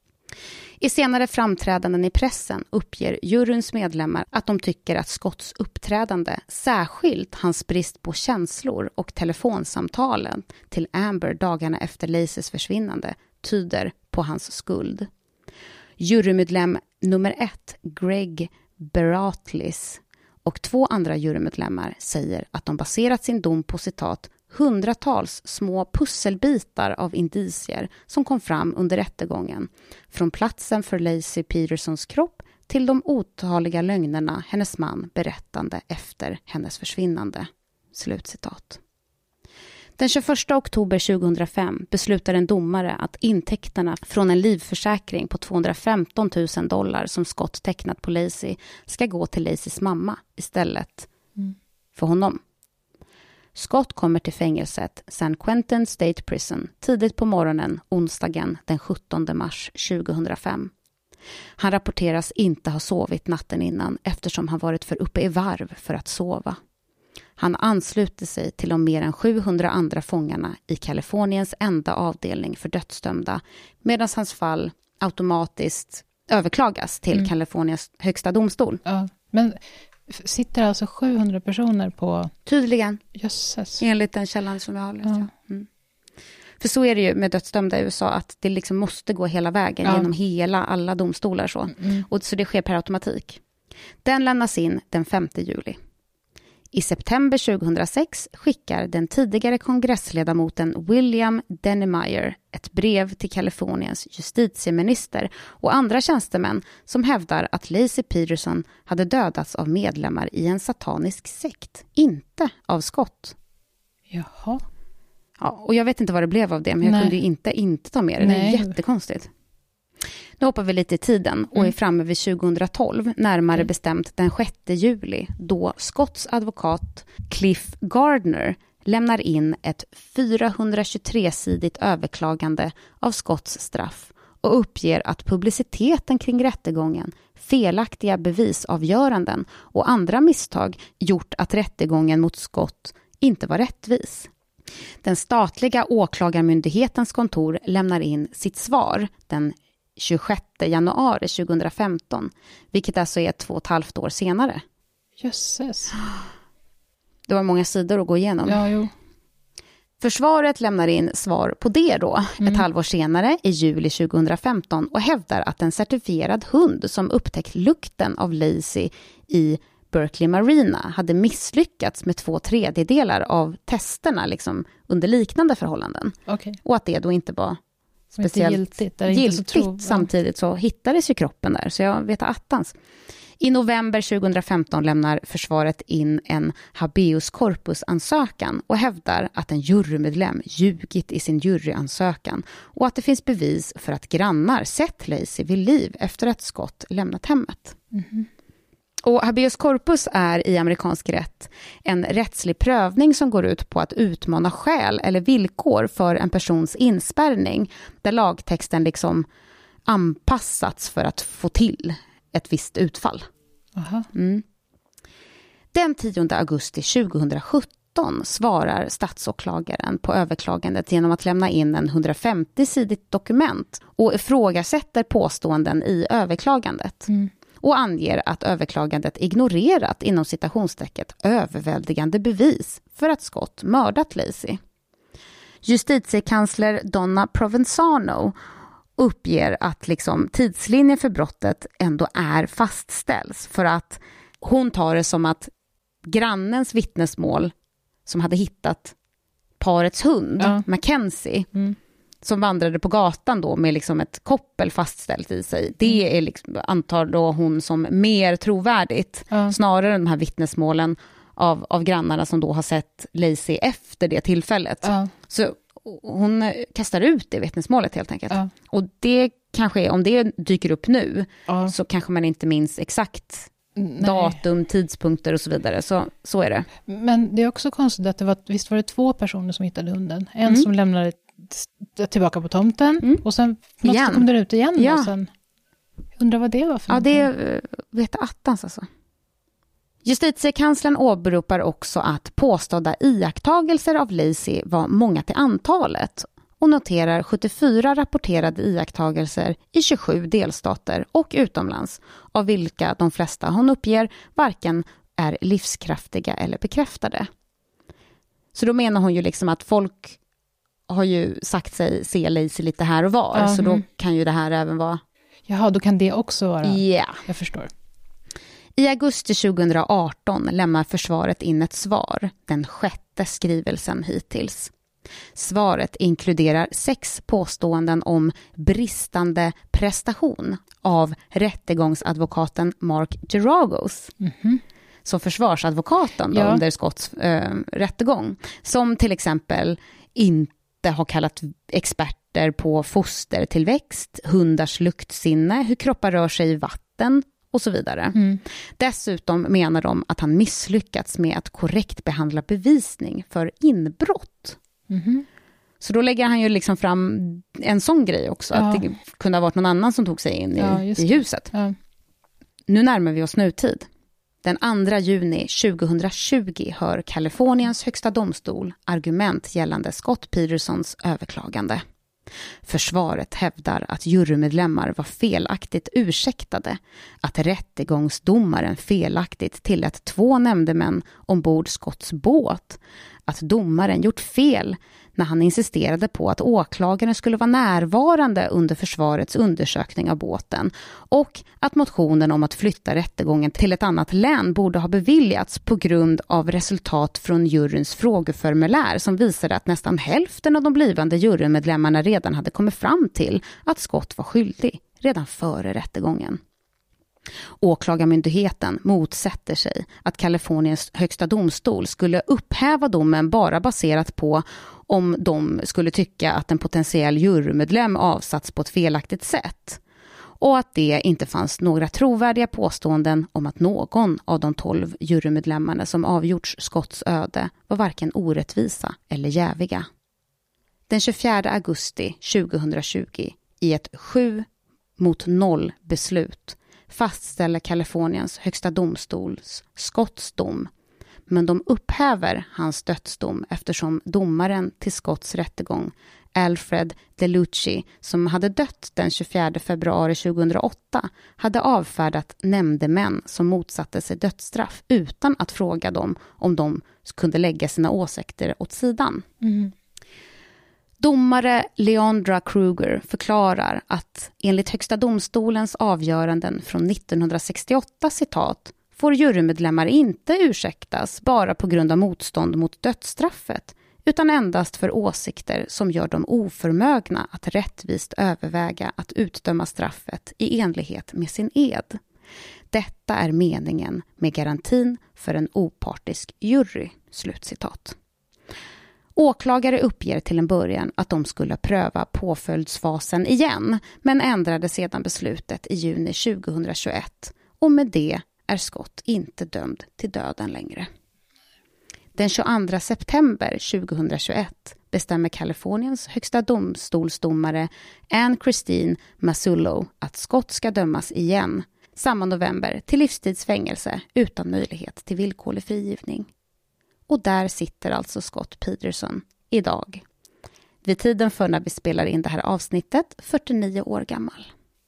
Speaker 3: I senare framträdanden i pressen uppger juryns medlemmar att de tycker att Scotts uppträdande, särskilt hans brist på känslor och telefonsamtalen till Amber dagarna efter Lacys försvinnande, tyder på hans skuld. Jurymedlem nummer 1, Greg Beratlis, och 2 andra jurymedlemmar säger att de baserat sin dom på citat hundratals små pusselbitar av indicier som kom fram under rättegången, från platsen för Laci Petersons kropp till de otaliga lögnerna hennes man berättande efter hennes försvinnande. Slutcitat. Den 21 oktober 2005 beslutar en domare att intäkterna från en livförsäkring på $215,000 som Scott tecknat på Laci ska gå till Lacys mamma istället för honom. Scott kommer till fängelset San Quentin State Prison tidigt på morgonen onsdagen den 17 mars 2005. Han rapporteras inte ha sovit natten innan eftersom han varit för uppe i varv för att sova. Han ansluter sig till de mer än 700 andra fångarna i Kaliforniens enda avdelning för dödsdömda, medan hans fall automatiskt överklagas till Kaliforniens högsta domstol.
Speaker 2: Ja, men sitter alltså 700 personer på...
Speaker 3: Tydligen.
Speaker 2: Jösses.
Speaker 3: Enligt den källan som jag har läst. Ja. För så är det ju med dödsdömda i USA, att det liksom måste gå hela vägen genom alla domstolar. Så. Och så det sker per automatik. Den lämnas in den 5 juli. I september 2006 skickar den tidigare kongressledamoten William Dennemeyer ett brev till Kaliforniens justitieminister och andra tjänstemän som hävdar att Laci Peterson hade dödats av medlemmar i en satanisk sekt, inte av Scott.
Speaker 2: Jaha.
Speaker 3: Ja, och jag vet inte vad det blev av det, men jag kunde ju inte ta med det. Det är jättekonstigt. Nu hoppar vi lite i tiden och är framme vid 2012, närmare bestämt den 6 juli, då Scotts advokat Cliff Gardner lämnar in ett 423-sidigt överklagande av Scotts straff och uppger att publiciteten kring rättegången, felaktiga bevisavgöranden och andra misstag gjort att rättegången mot Scott inte var rättvis. Den statliga åklagarmyndighetens kontor lämnar in sitt svar den 26 januari 2015, vilket alltså är 2,5 år senare.
Speaker 2: Jösses.
Speaker 3: Det var många sidor att gå igenom.
Speaker 2: Ja, jo.
Speaker 3: Försvaret lämnar in svar på det då, ett halvår senare i juli 2015 och hävdar att en certifierad hund som upptäckt lukten av Laci i Berkeley Marina hade misslyckats med 2/3 av testerna liksom, under liknande förhållanden.
Speaker 2: Okay.
Speaker 3: Och att det då inte var speciellt giltigt. Samtidigt så hittades ju kroppen där, så jag vet attans. I november 2015 lämnar försvaret in en habeas corpus-ansökan och hävdar att en jurymedlem ljugit i sin juryansökan och att det finns bevis för att grannar sett Laci vid liv efter att Scott lämnat hemmet. Och habeas corpus är i amerikansk rätt en rättslig prövning som går ut på att utmana skäl eller villkor för en persons inspärrning där lagtexten liksom anpassats för att få till ett visst utfall. Den 10 augusti 2017 svarar statsåklagaren på överklagandet genom att lämna in en 150-sidigt dokument och ifrågasätter påståenden i överklagandet. Och anger att överklagandet ignorerat inom citationstecket överväldigande bevis för att Scott mördat Laci. Justitiekansler Donna Provenzano uppger att liksom tidslinjen för brottet ändå är fastställs för att hon tar det som att grannens vittnesmål som hade hittat parets hund, Mackenzie, som vandrade på gatan då med liksom ett koppel fastställt i sig. Det är liksom, antar då hon som mer trovärdigt snarare än de här vittnesmålen av grannarna som då har sett Laci efter det tillfället. Så hon kastar ut det vittnesmålet helt enkelt. Och det kanske är, om det dyker upp nu så kanske man inte minns exakt datum, tidpunkter och så vidare. Så är det. Men
Speaker 2: det är också konstigt att visst var det 2 personer som hittade hunden. En som lämnade tillbaka på tomten och sen kom den ut igen och sen undrar vad det var för någonting.
Speaker 3: Det vet attans alltså. Justitiekanslern åberopar också att påstådda iakttagelser av Lacey var många till antalet och noterar 74 rapporterade iakttagelser i 27 delstater och utomlands, av vilka de flesta hon uppger varken är livskraftiga eller bekräftade. Så då menar hon ju liksom att folk har ju sagt sig se Lacey lite här och var, så då kan ju det här även vara...
Speaker 2: Jaha, då kan det också vara...
Speaker 3: Ja.
Speaker 2: Jag förstår.
Speaker 3: I augusti 2018 lämnar försvaret in ett svar, den 6:e skrivelsen hittills. Svaret inkluderar 6 påståenden om bristande prestation av rättegångsadvokaten Mark Geragos. Som försvarsadvokaten då, under Scotts rättegång. Som till exempel inte har kallat experter på fostertillväxt, hundars luktsinne, hur kroppar rör sig i vatten och så vidare. Dessutom menar de att han misslyckats med att korrekt behandla bevisning för inbrott. Så då lägger han ju liksom fram en sån grej också, att det kunde ha varit någon annan som tog sig in i huset. Nu närmar vi oss nutid. Den 2 juni 2020 hör Kaliforniens högsta domstol argument gällande Scott Petersons överklagande. Försvaret hävdar att jurymedlemmar var felaktigt ursäktade, att rättegångsdomaren felaktigt tillät 2 nämndemän ombord Scotts båt, att domaren gjort fel när han insisterade på att åklagaren skulle vara närvarande under försvarets undersökning av båten och att motionen om att flytta rättegången till ett annat län borde ha beviljats på grund av resultat från juryns frågeformulär som visade att nästan hälften av de blivande jurymedlemmarna redan hade kommit fram till att Scott var skyldig redan före rättegången. Åklagarmyndigheten motsätter sig att Kaliforniens högsta domstol skulle upphäva domen bara baserat på om de skulle tycka att en potentiell jurymedlem avsatts på ett felaktigt sätt och att det inte fanns några trovärdiga påståenden om att någon av de 12 jurymedlemmarna som avgjorts Scotts öde var varken orättvisa eller jäviga. Den 24 augusti 2020 i ett 7-0 beslut fastställer Kaliforniens högsta domstols Scotts dom, men de upphäver hans dödsdom eftersom domaren till Scotts rättegång, Alfred DeLucci, som hade dött den 24 februari 2008, hade avfärdat nämndemän som motsatte sig dödsstraff utan att fråga dem om de kunde lägga sina åsikter åt sidan. Domare Leandra Kruger förklarar att enligt högsta domstolens avgöranden från 1968 citat får jurymedlemmar inte ursäktas bara på grund av motstånd mot dödsstraffet utan endast för åsikter som gör dem oförmögna att rättvist överväga att utdöma straffet i enlighet med sin ed. Detta är meningen med garantin för en opartisk jury. Slutcitat. Åklagare uppger till en början att de skulle pröva påföljdsfasen igen, men ändrade sedan beslutet i juni 2021 och med det är Scott inte dömd till döden längre. Den 22 september 2021 bestämmer Kaliforniens högsta domstolsdomare Anne Christine Mazzullo att Scott ska dömas igen samma november till livstidsfängelse utan möjlighet till villkorlig frigivning. Och där sitter alltså Scott Peterson idag. Vid tiden för när vi spelar in det här avsnittet, 49 år gammal.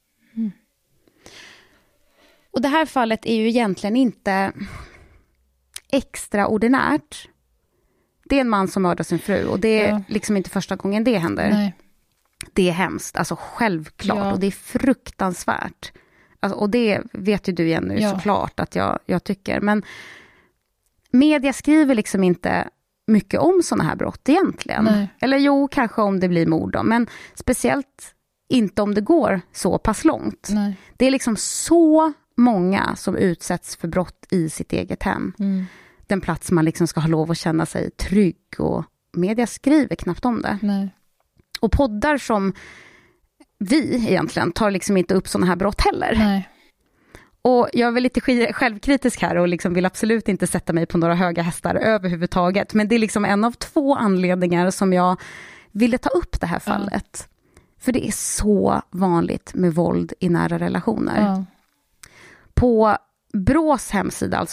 Speaker 3: Och det här fallet är ju egentligen inte extraordinärt. Det är en man som mördar sin fru och det är liksom inte första gången det händer.
Speaker 2: Nej.
Speaker 3: Det är hemskt, alltså självklart och det är fruktansvärt. Alltså, och det vet ju du igen nu såklart att jag tycker. Men media skriver liksom inte mycket om såna här brott egentligen.
Speaker 2: Nej.
Speaker 3: Eller jo, kanske om det blir mord då, men speciellt inte om det går så pass långt.
Speaker 2: Nej.
Speaker 3: Det är liksom så många som utsätts för brott i sitt eget hem. Den plats man liksom ska ha lov att känna sig trygg och media skriver knappt om det.
Speaker 2: Nej.
Speaker 3: Och poddar som vi egentligen tar liksom inte upp såna här brott heller.
Speaker 2: Nej.
Speaker 3: Och jag är väl lite självkritisk här och liksom vill absolut inte sätta mig på några höga hästar överhuvudtaget. Men det är liksom en av 2 anledningar som jag ville ta upp det här fallet. För det är så vanligt med våld i nära relationer. På Brås hemsida, alltså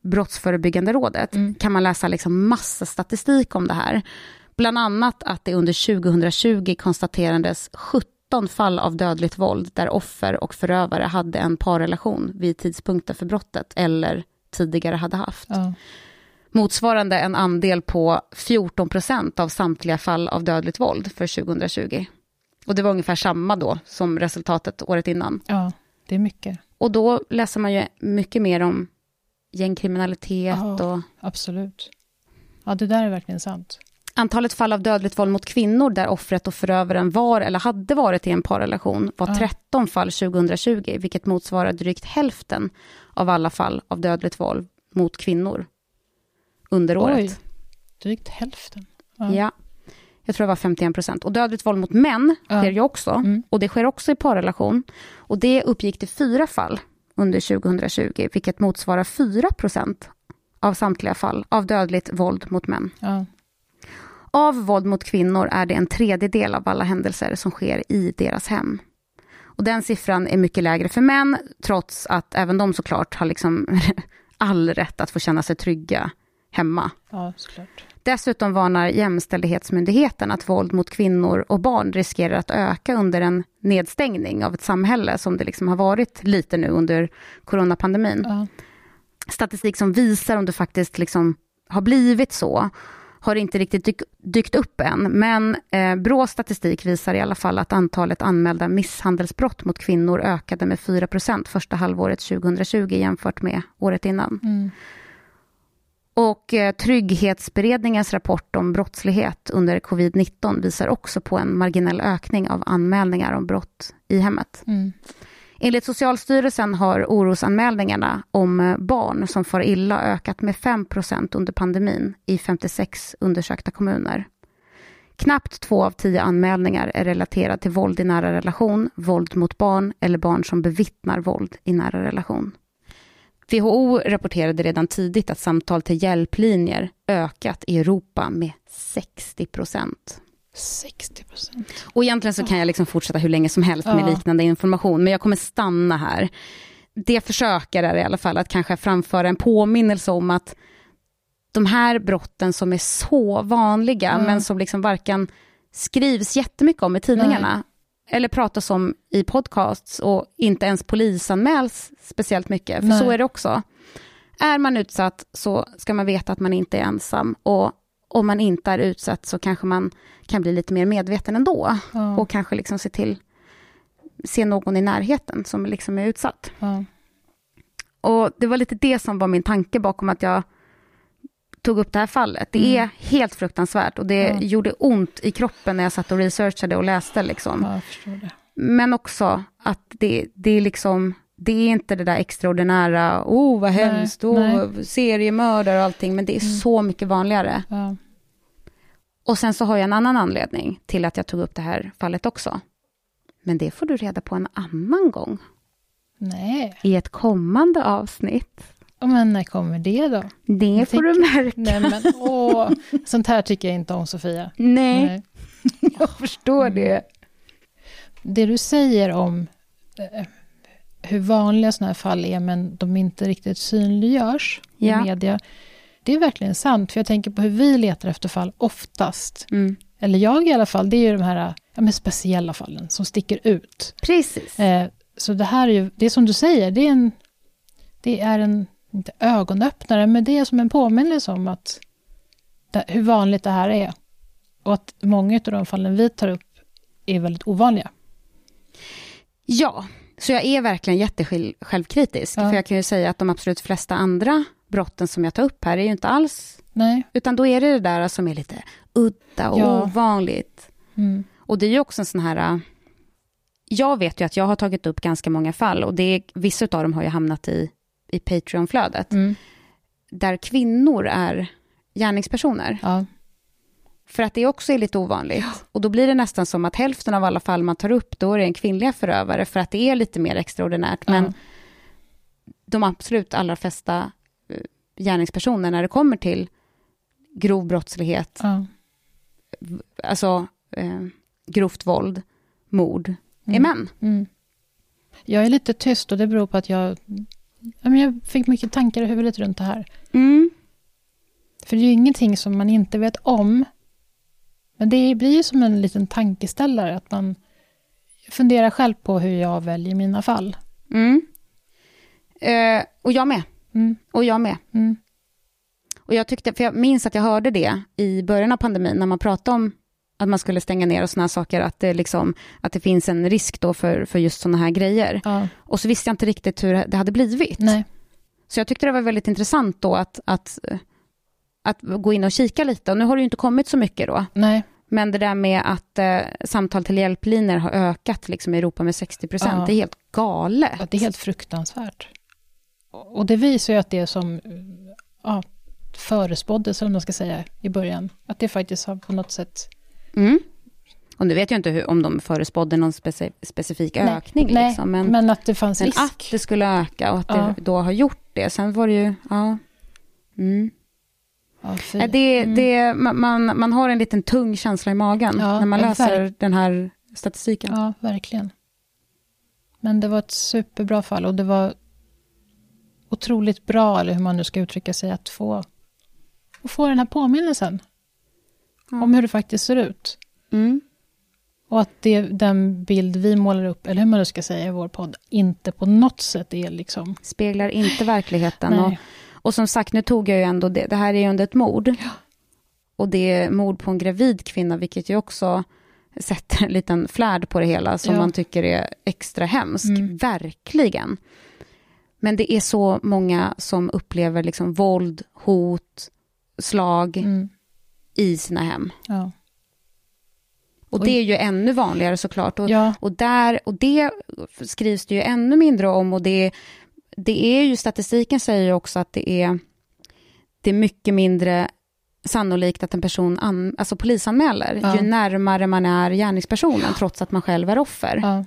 Speaker 3: Brottsförebyggande rådet kan man läsa liksom massa statistik om det här. Bland annat att det under 2020 konstaterades 17 fall av dödligt våld där offer och förövare hade en parrelation vid tidpunkten för brottet eller tidigare hade haft.
Speaker 2: Ja.
Speaker 3: Motsvarande en andel på 14% av samtliga fall av dödligt våld för 2020. Och det var ungefär samma då som resultatet året innan.
Speaker 2: Ja, det är mycket.
Speaker 3: Och då läser man ju mycket mer om gängkriminalitet och...
Speaker 2: Absolut. Ja, det där är verkligen sant.
Speaker 3: Antalet fall av dödligt våld mot kvinnor där offret och förövaren var eller hade varit i en parrelation var 13 fall 2020, vilket motsvarar drygt hälften av alla fall av dödligt våld mot kvinnor under året.
Speaker 2: Oj, drygt hälften.
Speaker 3: Ja, jag tror det var 51%. Och dödligt våld mot män sker ju också. Och det sker också i parrelation. Och det uppgick till 4 fall under 2020, vilket motsvarar 4% av samtliga fall av dödligt våld mot män.
Speaker 2: Ja.
Speaker 3: Av våld mot kvinnor är det en tredjedel av alla händelser som sker i deras hem. Och den siffran är mycket lägre för män, trots att även de såklart har liksom all rätt att få känna sig trygga hemma.
Speaker 2: Ja, såklart.
Speaker 3: Dessutom varnar Jämställdhetsmyndigheten att våld mot kvinnor och barn riskerar att öka under en nedstängning av ett samhälle som det liksom har varit lite nu under coronapandemin.
Speaker 2: Ja.
Speaker 3: Statistik som visar om det faktiskt liksom har blivit så har inte riktigt dykt upp än. Men Brås statistik visar i alla fall att antalet anmälda misshandelsbrott mot kvinnor ökade med 4% första halvåret 2020 jämfört med året innan. Och Trygghetsberedningens rapport om brottslighet under covid-19 visar också på en marginell ökning av anmälningar om brott i hemmet. Enligt Socialstyrelsen har orosanmälningarna om barn som far illa ökat med 5% under pandemin i 56 undersökta kommuner. Knappt 2 av 10 anmälningar är relaterade till våld i nära relation, våld mot barn eller barn som bevittnar våld i nära relation. WHO rapporterade redan tidigt att samtal till hjälplinjer ökat i Europa med 60%.
Speaker 2: 60%.
Speaker 3: Och egentligen så kan jag liksom fortsätta hur länge som helst med liknande information, men jag kommer stanna här. Det försöker är i alla fall att kanske framföra en påminnelse om att de här brotten som är så vanliga men som liksom varken skrivs jättemycket om i tidningarna eller pratas om i podcasts och inte ens polisanmäls speciellt mycket, för så är det också. Är man utsatt så ska man veta att man inte är ensam, och om man inte är utsatt så kanske man kan bli lite mer medveten ändå och kanske liksom se någon i närheten som liksom är utsatt. Och det var lite det som var min tanke bakom att jag tog upp det här fallet. Det är helt fruktansvärt och det gjorde ont i kroppen när jag satt och researchade och läste liksom.
Speaker 2: Ja, jag förstår det.
Speaker 3: Men också att det är liksom, det är inte det där extraordinära, vad hemskt, seriemördare och allting, men det är så mycket vanligare.
Speaker 2: Ja.
Speaker 3: Och sen så har jag en annan anledning till att jag tog upp det här fallet också. Men det får du reda på en annan gång.
Speaker 2: Nej.
Speaker 3: I ett kommande avsnitt.
Speaker 2: Men när kommer det då?
Speaker 3: Det får du märka.
Speaker 2: Nej, men sånt här tycker jag inte om, Sofia.
Speaker 3: Nej. Jag förstår det.
Speaker 2: Det du säger om hur vanliga såna här fall är, men de inte riktigt synliggörs i media. Det är verkligen sant, för jag tänker på hur vi letar efter fall oftast. Eller jag i alla fall, det är ju de här speciella fallen som sticker ut.
Speaker 3: Precis.
Speaker 2: Så det här är ju, det är som du säger, det är en inte ögonöppnare, men det är som en påminnelse om att hur vanligt det här är. Och att många av de fallen vi tar upp är väldigt ovanliga.
Speaker 3: Ja, så jag är verkligen jättesjälvkritisk. För jag kan ju säga att de absolut flesta andra brotten som jag tar upp här är ju inte alls...
Speaker 2: Nej.
Speaker 3: Utan då är det där som är lite udda och ovanligt. Och det är ju också en sån här... Jag vet ju att jag har tagit upp ganska många fall, och vissa av dem har ju hamnat i Patreon-flödet. Där kvinnor är gärningspersoner.
Speaker 2: Ja.
Speaker 3: För att det också är lite ovanligt. Ja. Och då blir det nästan som att hälften av alla fall man tar upp, då är det en kvinnliga förövare, för att det är lite mer extraordinärt. Men de absolut allra flesta gärningspersoner när det kommer till grov brottslighet, alltså grovt våld, mord, är män.
Speaker 2: Jag är lite tyst, och det beror på att Ja, men jag fick mycket tankar i huvudet runt det här.
Speaker 3: Mm.
Speaker 2: För det är ju ingenting som man inte vet om. Men det blir ju som en liten tankeställare att man funderar själv på hur jag väljer mina fall.
Speaker 3: Mm. Och jag med.
Speaker 2: Mm.
Speaker 3: Och jag med.
Speaker 2: Mm.
Speaker 3: Och jag tyckte, för jag minns att jag hörde det i början av pandemin när man pratade om att man skulle stänga ner och såna här saker, att det liksom, att det finns en risk då för just såna här grejer.
Speaker 2: Ja.
Speaker 3: Och så visste jag inte riktigt hur det hade blivit.
Speaker 2: Nej.
Speaker 3: Så jag tyckte det var väldigt intressant då att gå in och kika lite. Och nu har det ju inte kommit så mycket då.
Speaker 2: Nej.
Speaker 3: Men det där med att samtal till hjälplinjer har ökat liksom i Europa med 60%, det är helt galet.
Speaker 2: Ja, det är helt fruktansvärt. Och det visar ju att det som förespåddes, eller man ska säga, i början. Att det faktiskt har på något sätt...
Speaker 3: Mm. Och nu vet jag inte om de förespådde någon specifik ökning.
Speaker 2: Nej,
Speaker 3: liksom,
Speaker 2: men att det fanns risk.
Speaker 3: Att det skulle öka och att det då har gjort det. Sen var det ju... Ja. Mm. Ja, man har en liten tung känsla i magen när man läser den här statistiken.
Speaker 2: Ja, verkligen. Men det var ett superbra fall och det var otroligt bra, eller hur man nu ska uttrycka sig, att få den här påminnelsen om hur det faktiskt ser ut.
Speaker 3: Mm.
Speaker 2: Och att den bild vi målar upp, eller hur man nu ska säga i vår podd, inte på något sätt är liksom...
Speaker 3: Speglar inte verkligheten. Och som sagt, nu tog jag ju ändå det här är ju under ett mord. Ja. Och det är mord på en gravid kvinna, vilket ju också sätter en liten flärd på det hela som man tycker är extra hemsk. Verkligen. Men det är så många som upplever liksom våld, hot, slag i sina hem. Ja. Och det är ju ännu vanligare såklart. Och det skrivs det ju ännu mindre om. Och det är ju, statistiken säger ju också att det är mycket mindre sannolikt att en person polisanmäler ju närmare man är gärningspersonen, trots att man själv är offer.
Speaker 2: Ja.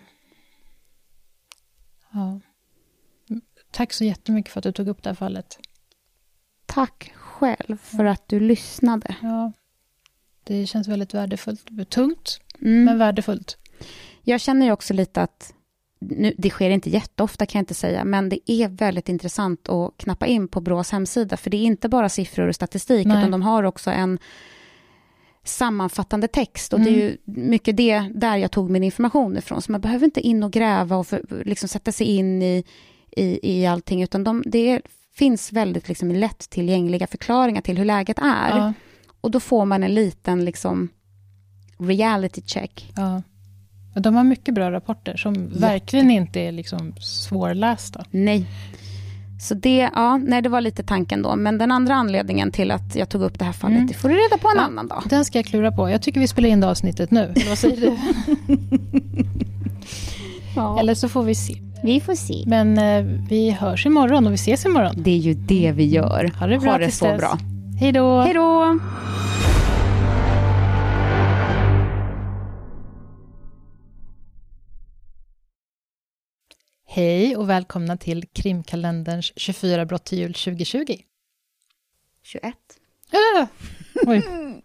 Speaker 2: Ja. Tack så jättemycket för att du tog upp det här fallet.
Speaker 3: Tack själv för att du lyssnade.
Speaker 2: Ja. Det känns väldigt värdefullt. Tungt, men värdefullt.
Speaker 3: Jag känner ju också lite att det sker inte jätteofta, kan jag inte säga, men det är väldigt intressant att knappa in på BRÅs hemsida, för det är inte bara siffror och statistik, utan de har också en sammanfattande text, och det är ju mycket där jag tog min information ifrån, så man behöver inte in och gräva och liksom sätta sig in i allting, utan det finns väldigt liksom lätt tillgängliga förklaringar till hur läget är. Ja. Och då får man en liten liksom reality check.
Speaker 2: Ja. De har mycket bra rapporter som verkligen inte är liksom svårlästa.
Speaker 3: Nej. Så det var lite tanken då. Men den andra anledningen till att jag tog upp det här fallet, det får du reda på en annan dag.
Speaker 2: Den ska jag klura på. Jag tycker vi spelar in det avsnittet nu. Vad säger du? Eller så får vi se.
Speaker 3: Vi får se.
Speaker 2: Men vi hörs imorgon och vi ses imorgon.
Speaker 3: Det är ju det vi gör.
Speaker 2: Ha det bra.
Speaker 3: Ha det så bra.
Speaker 2: Hej då.
Speaker 3: Hej då.
Speaker 2: Hej och välkomna till Krimkalenderns 24 brott till jul 2020.
Speaker 3: 21.
Speaker 2: Oj.